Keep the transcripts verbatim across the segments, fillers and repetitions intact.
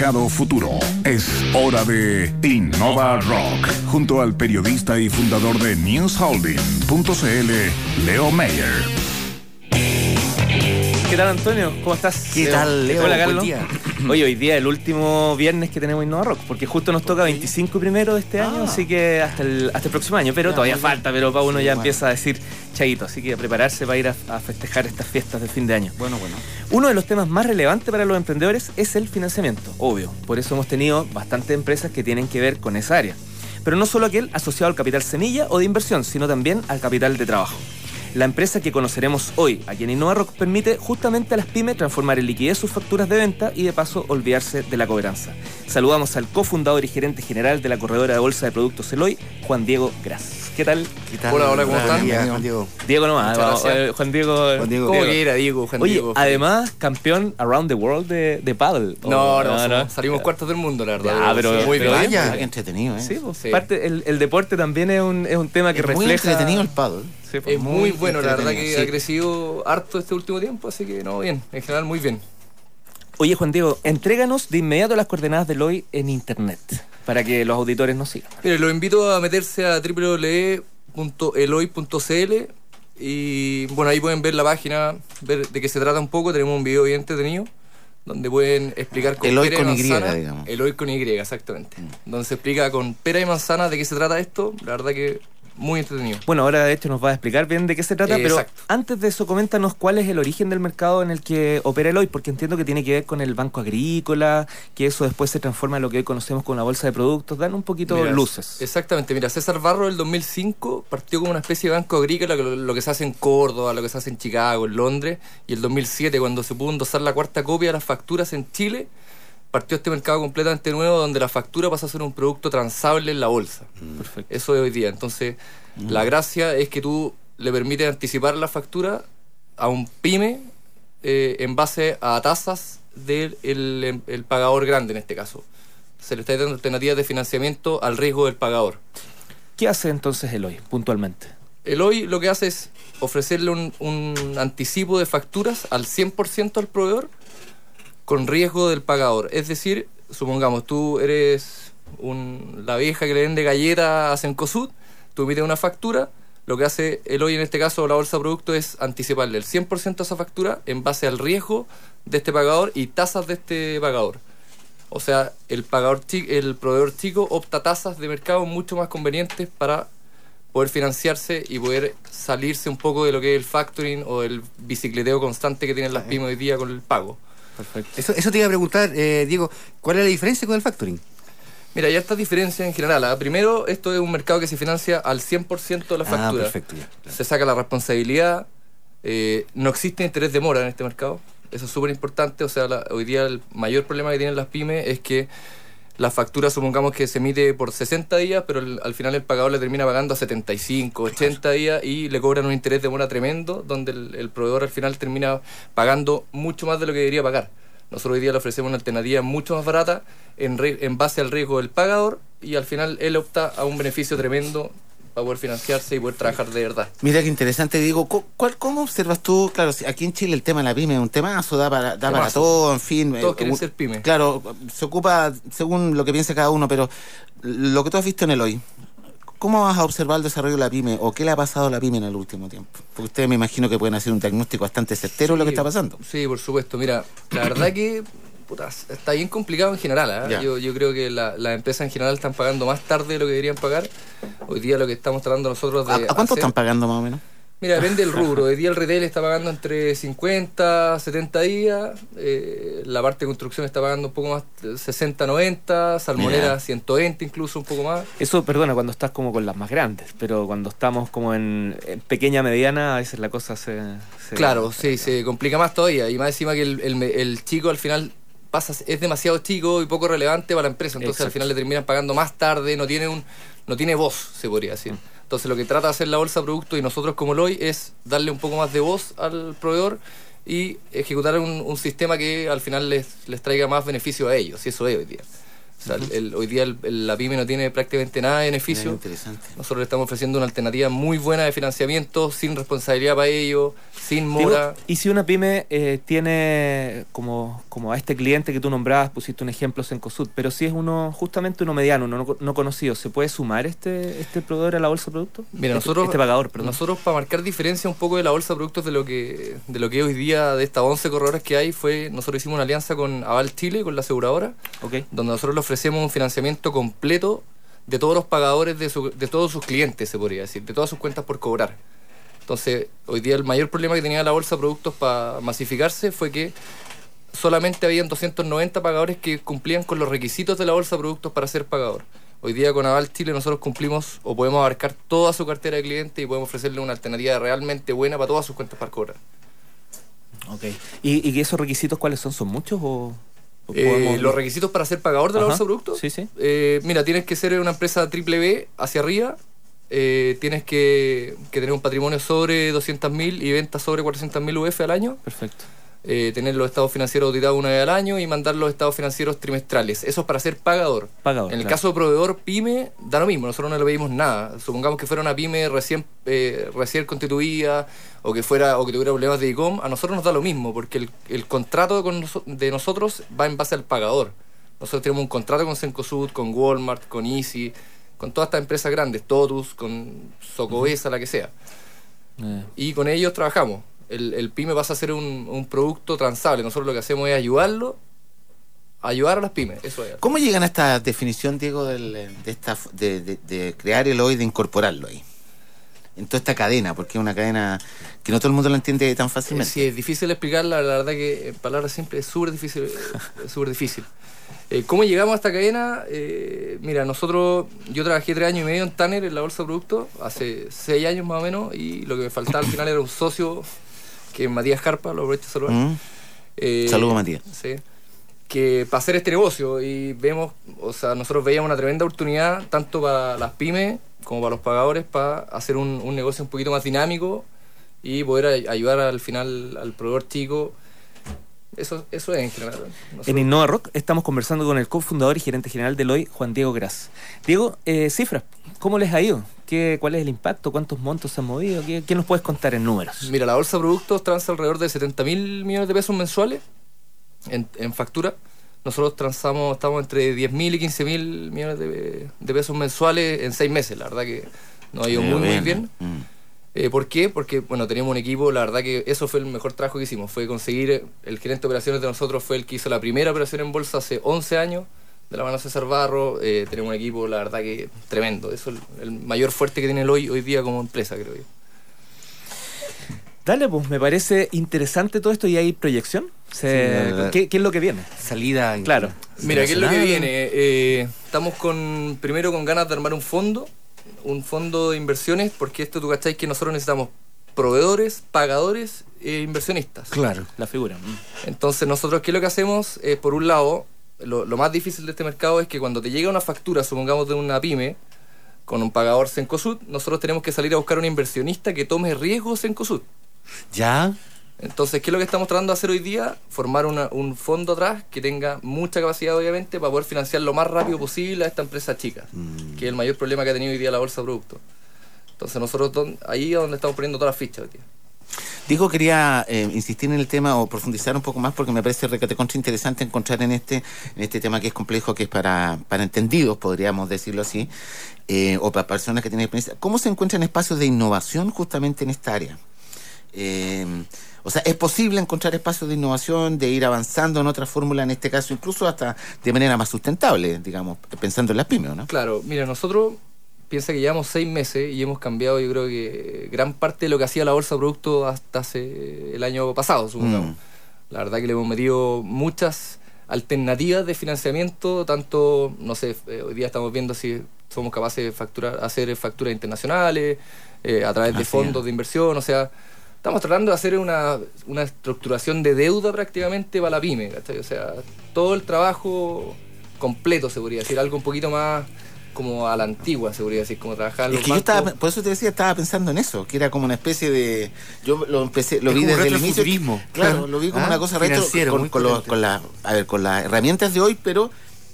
mercado futuro. Es hora de Innova Rock, junto al periodista y fundador de news holding punto c l, Leo Meyer. ¿Qué tal, Antonio? ¿Cómo estás? ¿Qué Leo? tal, Leo? Hola, Carlos. Buen día. Oye, hoy día es el último viernes que tenemos Innova Rock, porque justo nos toca veinticinco primero de este año, ah. así que hasta el, hasta el próximo año, pero ya, todavía falta, pero para uno sí, ya bueno. empieza a decir chaguito, así que a prepararse para ir a, a festejar estas fiestas de fin de año. Bueno, bueno. Uno de los temas más relevantes para los emprendedores es el financiamiento, obvio. Por eso hemos tenido bastantes empresas que tienen que ver con esa área. Pero no solo aquel asociado al capital semilla o de inversión, sino también al capital de trabajo. La empresa que conoceremos hoy aquí en Innova Rock permite justamente a las pymes transformar en liquidez sus facturas de venta y de paso olvidarse de la cobranza. Saludamos al cofundador y gerente general de la corredora de bolsa de productos Eloy, Juan Diego Gras. ¿Qué tal? ¿Qué tal? Hola, hola, ¿cómo están? Día, Juan Diego. Diego nomás, vamos, eh, Juan Diego. Juan Diego. ¿Cómo que era Diego? Juan Oye, Diego. además, campeón around the world de, de paddle. No, oh, no, no, no, salimos no. cuartos del mundo, la verdad. Ya, pero, sí, muy pero bien. Vaya, Bien. qué entretenido, ¿eh? Sí, pues, Sí. parte, el, el deporte también es un, es un tema que es refleja... muy entretenido el paddle. Sí, pues. Es muy bueno, la verdad que sí. ha crecido harto este último tiempo, así que no, bien, en general muy bien. Oye, Juan Diego, entréganos de inmediato las coordenadas de Eloy en internet, para que los auditores nos sigan. Mire, los invito a meterse a doble u doble u doble u punto eloy punto c l y bueno, ahí pueden ver la página, ver de qué se trata un poco. Tenemos un video bien entretenido donde pueden explicar con Eloy pera con y manzana, Y, digamos. Eloy con Y, exactamente. Mm. Donde se explica con pera y manzana de qué se trata esto. La verdad que muy entretenido. Bueno, ahora de hecho nos va a explicar bien de qué se trata, Eh, pero exacto. antes de eso coméntanos cuál es el origen del mercado en el que opera Eloy, porque entiendo que tiene que ver con el Banco Agrícola, que eso después se transforma en lo que hoy conocemos como una bolsa de productos. Dan un poquito Mira, luces. Exactamente, mira, César Barro del dos mil cinco partió como una especie de banco agrícola, lo, lo que se hace en Córdoba, lo que se hace en Chicago, en Londres, y el dos mil siete, cuando se pudo endosar la cuarta copia de las facturas en Chile, partió este mercado completamente nuevo donde la factura pasa a ser un producto transable en la bolsa. Mm. Perfecto. Eso es hoy día. Entonces, mm. la gracia es que tú le permites anticipar la factura a un pyme eh, en base a tasas del el, el pagador grande en este caso. Se le está dando alternativas de financiamiento al riesgo del pagador. ¿Qué hace entonces Eloy puntualmente? Eloy lo que hace es ofrecerle un, un anticipo de facturas al cien por ciento al proveedor con riesgo del pagador. Es decir, supongamos, tú eres un, la vieja que le vende galletas a Cencosud, tú emites una factura, lo que hace Eloy en este caso, la bolsa de productos, es anticiparle el cien por ciento de esa factura en base al riesgo de este pagador y tasas de este pagador. O sea, el pagador chi- el proveedor chico opta tasas de mercado mucho más convenientes para poder financiarse y poder salirse un poco de lo que es el factoring o el bicicleteo constante que tienen las pymes hoy día con el pago. Perfecto. Eso, eso te iba a preguntar, eh, Diego, ¿cuál es la diferencia con el factoring? Mira, ya estas diferencias en general. ¿eh? Primero, esto es un mercado que se financia al cien por ciento de la factura. Ah, perfecto, ya, claro. Se saca la responsabilidad, eh, no existe interés de mora en este mercado. Eso es súper importante. O sea, la, hoy día el mayor problema que tienen las pymes es que la factura, supongamos que se emite por sesenta días, pero el, al final el pagador le termina pagando a setenta y cinco, ochenta días y le cobran un interés de mora tremendo, donde el, el proveedor al final termina pagando mucho más de lo que debería pagar. Nosotros hoy día le ofrecemos una alternativa mucho más barata en, re, en base al riesgo del pagador y al final él opta a un beneficio tremendo para poder financiarse y poder trabajar de verdad. Mira qué interesante, Diego. ¿Cuál, ¿Cómo observas tú? Claro, aquí en Chile el tema de la pyme es un temazo, da para, da para todo, en fin. Todos eh, quieren un, ser pyme. Claro, se ocupa según lo que piense cada uno, pero lo que tú has visto en Eloy, ¿cómo vas a observar el desarrollo de la pyme o qué le ha pasado a la pyme en el último tiempo? Porque ustedes me imagino que pueden hacer un diagnóstico bastante certero de lo que está pasando. Sí, por supuesto. Mira, la verdad que puta, está bien complicado en general. ¿eh? Yo, yo creo que las la empresas en general están pagando más tarde de lo que deberían pagar. Hoy día lo que estamos tratando nosotros de ¿A, ¿a cuánto hacer, están pagando más o menos? Mira, depende del rubro. Hoy día el retail está pagando entre cincuenta, setenta días. Eh, la parte de construcción está pagando un poco más, sesenta, noventa. Salmonera, Mira. ciento veinte incluso, un poco más. Eso, perdona, cuando estás como con las más grandes, pero cuando estamos como en, en pequeña, mediana, a veces la cosa se... se claro, se, sí, se complica más todavía. Y más encima que el, el, el chico al final pasa, es demasiado chico y poco relevante para la empresa. Entonces Exacto. al final le terminan pagando más tarde, no tiene, un, no tiene voz, se podría decir. Mm. Entonces lo que trata de hacer la bolsa de productos y nosotros como Eloy es darle un poco más de voz al proveedor y ejecutar un, un sistema que al final les, les traiga más beneficio a ellos, y eso es hoy día. O sea, el, el, hoy día el, el, la pyme no tiene prácticamente nada de beneficio. Interesante. Nosotros le estamos ofreciendo una alternativa muy buena de financiamiento, sin responsabilidad para ello, sin mora. Digo, y si una pyme eh, tiene como, como a este cliente que tú nombrabas, pusiste un ejemplo, Cencosud, pero si es uno justamente uno mediano, uno no, no conocido, ¿se puede sumar este, este proveedor a la bolsa de productos? Mira, este, nosotros, este pagador, perdón. Nosotros, para marcar diferencia un poco de la bolsa de productos de lo que de lo que hoy día, de estas once corredores que hay, fue nosotros hicimos una alianza con Aval Chile, con la aseguradora, okay. donde nosotros le ofrecemos un financiamiento completo de todos los pagadores de, su, de todos sus clientes, se podría decir, de todas sus cuentas por cobrar. Entonces, hoy día el mayor problema que tenía la bolsa de productos para masificarse fue que solamente habían doscientos noventa pagadores que cumplían con los requisitos de la bolsa de productos para ser pagador. Hoy día con Aval Chile nosotros cumplimos o podemos abarcar toda su cartera de clientes y podemos ofrecerle una alternativa realmente buena para todas sus cuentas para cobrar. Okay. ¿Y, y esos requisitos cuáles son? ¿Son muchos o...? Eh, los requisitos para ser pagador de la Ajá, bolsa de productos. sí, sí. Eh, mira, tienes que ser una empresa triple B hacia arriba, eh, tienes que, que tener un patrimonio sobre doscientos mil y ventas sobre cuatrocientos mil U F al año. Perfecto. Eh, tener los estados financieros auditados una vez al año y mandar los estados financieros trimestrales. Eso es para ser pagador. Pagador, en el claro. caso de proveedor pyme, da lo mismo, nosotros no le pedimos nada. Supongamos que fuera una pyme recién eh, recién constituida o que fuera o que tuviera problemas de e-com, a nosotros nos da lo mismo, porque el, el contrato con noso- de nosotros va en base al pagador. Nosotros tenemos un contrato con Cencosud, con Walmart, con Easy, con todas estas empresas grandes, Totus, con Socobesa, uh-huh. la que sea. Eh. Y con ellos trabajamos. El, el pyme pasa a ser un, un producto transable. Nosotros lo que hacemos es ayudarlo, ayudar a las pymes. Eso es. ¿Cómo llegan a esta definición, Diego, del, de, esta, de, de, de crear el hoy, de incorporarlo ahí? En toda esta cadena, porque es una cadena que no todo el mundo lo entiende tan fácilmente. Sí, es difícil explicarla, la verdad que en palabras simples es súper difícil. Es súper difícil. Eh, ¿Cómo llegamos a esta cadena? Eh, mira, nosotros, yo trabajé tres años y medio en Tanner, en la bolsa de productos, hace seis años más o menos, y lo que me faltaba al final era un socio, que es Matías Carpa, lo aprovecho de saludar. Mm. Eh, Saludos, Matías. Sí. Que para hacer este negocio, y vemos, o sea, nosotros veíamos una tremenda oportunidad, tanto para las pymes como para los pagadores, para hacer un, un negocio un poquito más dinámico y poder ay- ayudar al final al proveedor chico. Eso, eso es en general. Nosotros... En Innova Rock estamos conversando con el cofundador y gerente general de Eloy, Juan Diego Gras. Diego, eh, cifras, ¿cómo les ha ido? ¿Qué, ¿Cuál es el impacto? ¿Cuántos montos se han movido? ¿Qué, qué nos puedes contar en números? Mira, la bolsa de productos transa alrededor de setenta mil millones de pesos mensuales en, en factura. Nosotros transamos, estamos entre diez mil y quince mil millones de, de pesos mensuales en seis meses. La verdad que nos ha ido muy, muy bien. Mm. Eh, ¿Por qué? Porque, bueno, teníamos un equipo, la verdad que eso fue el mejor trabajo que hicimos, fue conseguir, el gerente de operaciones de nosotros fue el que hizo la primera operación en bolsa hace once años, de la mano de César Barro. Eh, tenemos un equipo, la verdad que tremendo, eso es el, el mayor fuerte que tiene el hoy, hoy día como empresa, creo yo. Dale, pues, me parece interesante todo esto y hay proyección. Se, Sí, ¿qué, ¿Qué es lo que viene? Salida. Claro. Mira, ¿qué es lo que viene? Eh, estamos con primero con ganas de armar un fondo, un fondo de inversiones, porque esto tú cacháis que nosotros necesitamos proveedores, pagadores e inversionistas. Claro. La figura. Entonces nosotros, ¿qué es lo que hacemos? Eh, por un lado, lo, lo más difícil de este mercado es que cuando te llega una factura, supongamos de una pyme, con un pagador Cencosud, nosotros tenemos que salir a buscar un inversionista que tome riesgos Cencosud. ¿Ya? Entonces, ¿qué es lo que estamos tratando de hacer hoy día? Formar una, un fondo atrás que tenga mucha capacidad, obviamente, para poder financiar lo más rápido posible a esta empresa chica, mm. que es el mayor problema que ha tenido hoy día la bolsa de productos. Entonces, nosotros don, ahí es donde estamos poniendo todas las fichas hoy día. Diego, quería eh, insistir en el tema o profundizar un poco más porque me parece requete contra interesante encontrar en este en este tema que es complejo, que es para, para entendidos, podríamos decirlo así, eh, o para personas que tienen experiencia. ¿Cómo se encuentran espacios de innovación justamente en esta área? Eh, o sea, ¿es posible encontrar espacios de innovación, de ir avanzando en otra fórmula, en este caso incluso hasta de manera más sustentable, digamos, pensando en las pymes, ¿no? Claro, mira, nosotros piensa que llevamos seis meses y hemos cambiado, yo creo que gran parte de lo que hacía la bolsa de productos hasta hace el año pasado, supongamos. Mm. La verdad que le hemos metido muchas alternativas de financiamiento, tanto, no sé, eh, hoy día estamos viendo si somos capaces de facturar, hacer facturas internacionales, eh, a través de fondos es. de inversión, o sea, estamos tratando de hacer una, una estructuración de deuda prácticamente para la pyme, ¿cachai? O sea, todo el trabajo completo, se podría decir, algo un poquito más como a la antigua, se podría decir, como trabajar en los es que yo estaba, por eso te decía, estaba pensando en eso, que era como una especie de, yo lo empecé, lo es vi desde el inicio, claro, lo vi como ah, una cosa retro con, con, los, con la, a ver, con las herramientas de hoy, pero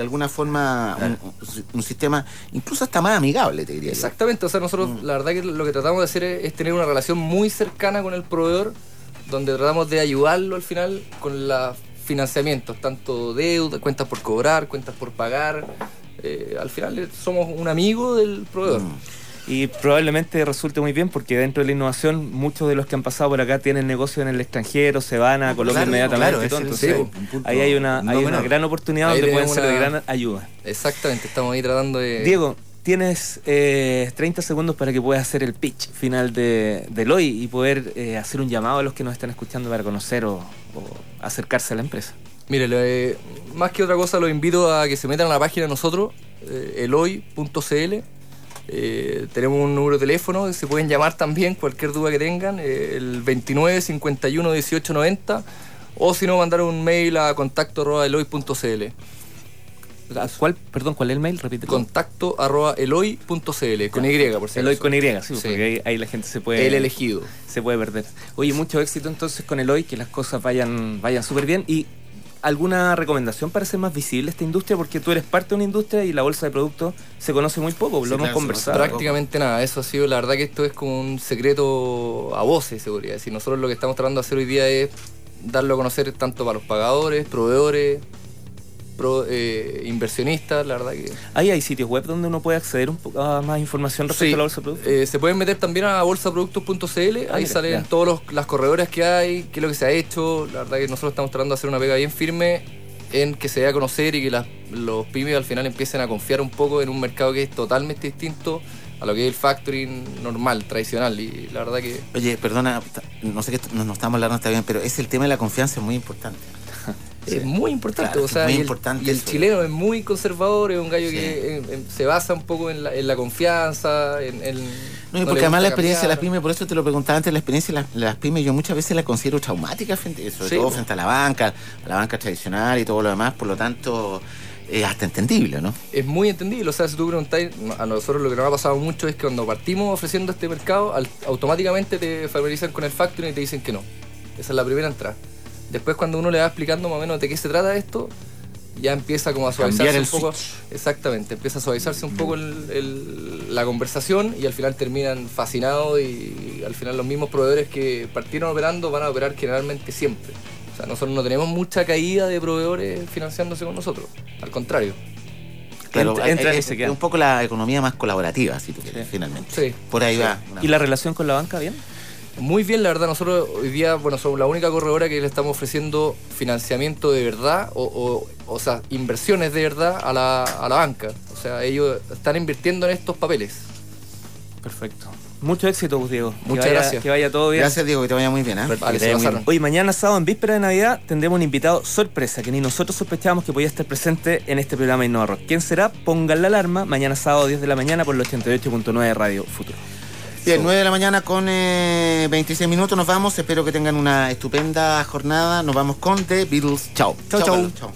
de alguna forma un, un sistema incluso hasta más amigable, te diría. Exactamente, o sea, nosotros mm. la verdad que lo que tratamos de hacer es, es tener una relación muy cercana con el proveedor, donde tratamos de ayudarlo al final con los financiamientos, tanto deuda, cuentas por cobrar, cuentas por pagar. Eh, al final somos un amigo del proveedor. Mm. Y probablemente resulte muy bien porque dentro de la innovación muchos de los que han pasado por acá tienen negocios en el extranjero, se van a Colombia claro, inmediatamente. Claro, y todo, entonces, sí, ahí hay una, no hay una gran oportunidad ahí donde pueden una... ser de gran ayuda. Exactamente, estamos ahí tratando de... Diego, tienes eh, treinta segundos para que puedas hacer el pitch final de, de Eloy y poder eh, hacer un llamado a los que nos están escuchando para conocer o, o acercarse a la empresa. Mire, eh, más que otra cosa los invito a que se metan a la página de nosotros, eh, eloy punto c l. Eh, tenemos un número de teléfono, se pueden llamar también, cualquier duda que tengan, eh, el veintinueve cincuenta y uno dieciocho noventa, o si no, mandar un mail a contacto arroba eloy punto c l. ¿Cuál, perdón, ¿cuál es el mail? Repite. Contacto arroba eloy punto c l, con Y, por si Eloy con Y, sí, sí. Porque ahí, ahí la gente se puede... El elegido. Se puede perder. Oye, mucho éxito entonces con Eloy, que las cosas vayan vayan súper bien. Y ¿alguna recomendación para hacer más visible esta industria? Porque tú eres parte de una industria y la bolsa de productos se conoce muy poco, sí, lo hemos claro, conversado. Prácticamente nada, eso ha sido, la verdad que esto es como un secreto a voces, se podría decir. Nosotros lo que estamos tratando de hacer hoy día es darlo a conocer tanto para los pagadores, proveedores, pro, eh, inversionistas, la verdad que... ¿Ahí hay sitios web donde uno puede acceder un poco a más información respecto sí, a la bolsa de productos? Eh, se pueden meter también a bolsa productos punto c l, ah, ahí mira, salen todas las corredoras que hay, qué es lo que se ha hecho. La verdad que nosotros estamos tratando de hacer una pega bien firme en que se dé a conocer y que las, los pymes al final empiecen a confiar un poco en un mercado que es totalmente distinto a lo que es el factoring normal, tradicional, y la verdad que... Oye, perdona, no sé que no nos estamos hablando, está bien, pero es el tema de la confianza es muy importante. Sí. Es muy importante, claro, o sea, muy y el, importante y el chileno es muy conservador, es un gallo sí. que en, en, se basa un poco en la, en la confianza, en... en no, y porque no además la experiencia cambiar. de las pymes, por eso te lo preguntaba antes, la experiencia de las, las pymes yo muchas veces la considero traumática, frente, sobre sí, todo frente a la banca, a la banca tradicional y todo lo demás, por lo tanto... es hasta entendible, ¿no? Es muy entendible, o sea, si tú preguntás, a nosotros lo que nos ha pasado mucho es que cuando partimos ofreciendo este mercado, al, automáticamente te familiarizan con el factoring y te dicen que no. Esa es la primera entrada. Después cuando uno le va explicando más o menos de qué se trata esto, ya empieza como a suavizarse un poco. Switch. Exactamente, empieza a suavizarse un poco el, el, la conversación y al final terminan fascinados y al final los mismos proveedores que partieron operando van a operar generalmente siempre. O sea, nosotros no tenemos mucha caída de proveedores financiándose con nosotros, al contrario. Claro, entra, entra es, es un poco la economía más colaborativa, si tú quieres, sí. finalmente. Sí. Por ahí sí. va. ¿Y la relación con la banca bien? Muy bien, la verdad. Nosotros hoy día, bueno, somos la única corredora que le estamos ofreciendo financiamiento de verdad, o, o, o sea, inversiones de verdad a la, a la banca. O sea, ellos están invirtiendo en estos papeles. Perfecto. Mucho éxito, pues, Diego. Muchas que vaya, gracias. Que vaya todo bien. Gracias, Diego, que te vaya muy bien. ¿eh? Vale, se pasaron. Hoy, mañana sábado, en víspera de Navidad, tendremos un invitado sorpresa que ni nosotros sospechábamos que podía estar presente en este programa Innova Rock. ¿Quién será? Pongan la alarma. Mañana sábado, diez de la mañana, por el ochenta y ocho punto nueve Radio Futuro. Bien, nueve de la mañana con eh, veintiséis minutos nos vamos. Espero que tengan una estupenda jornada. Nos vamos con The Beatles. Chao. Chao, chao. Chao.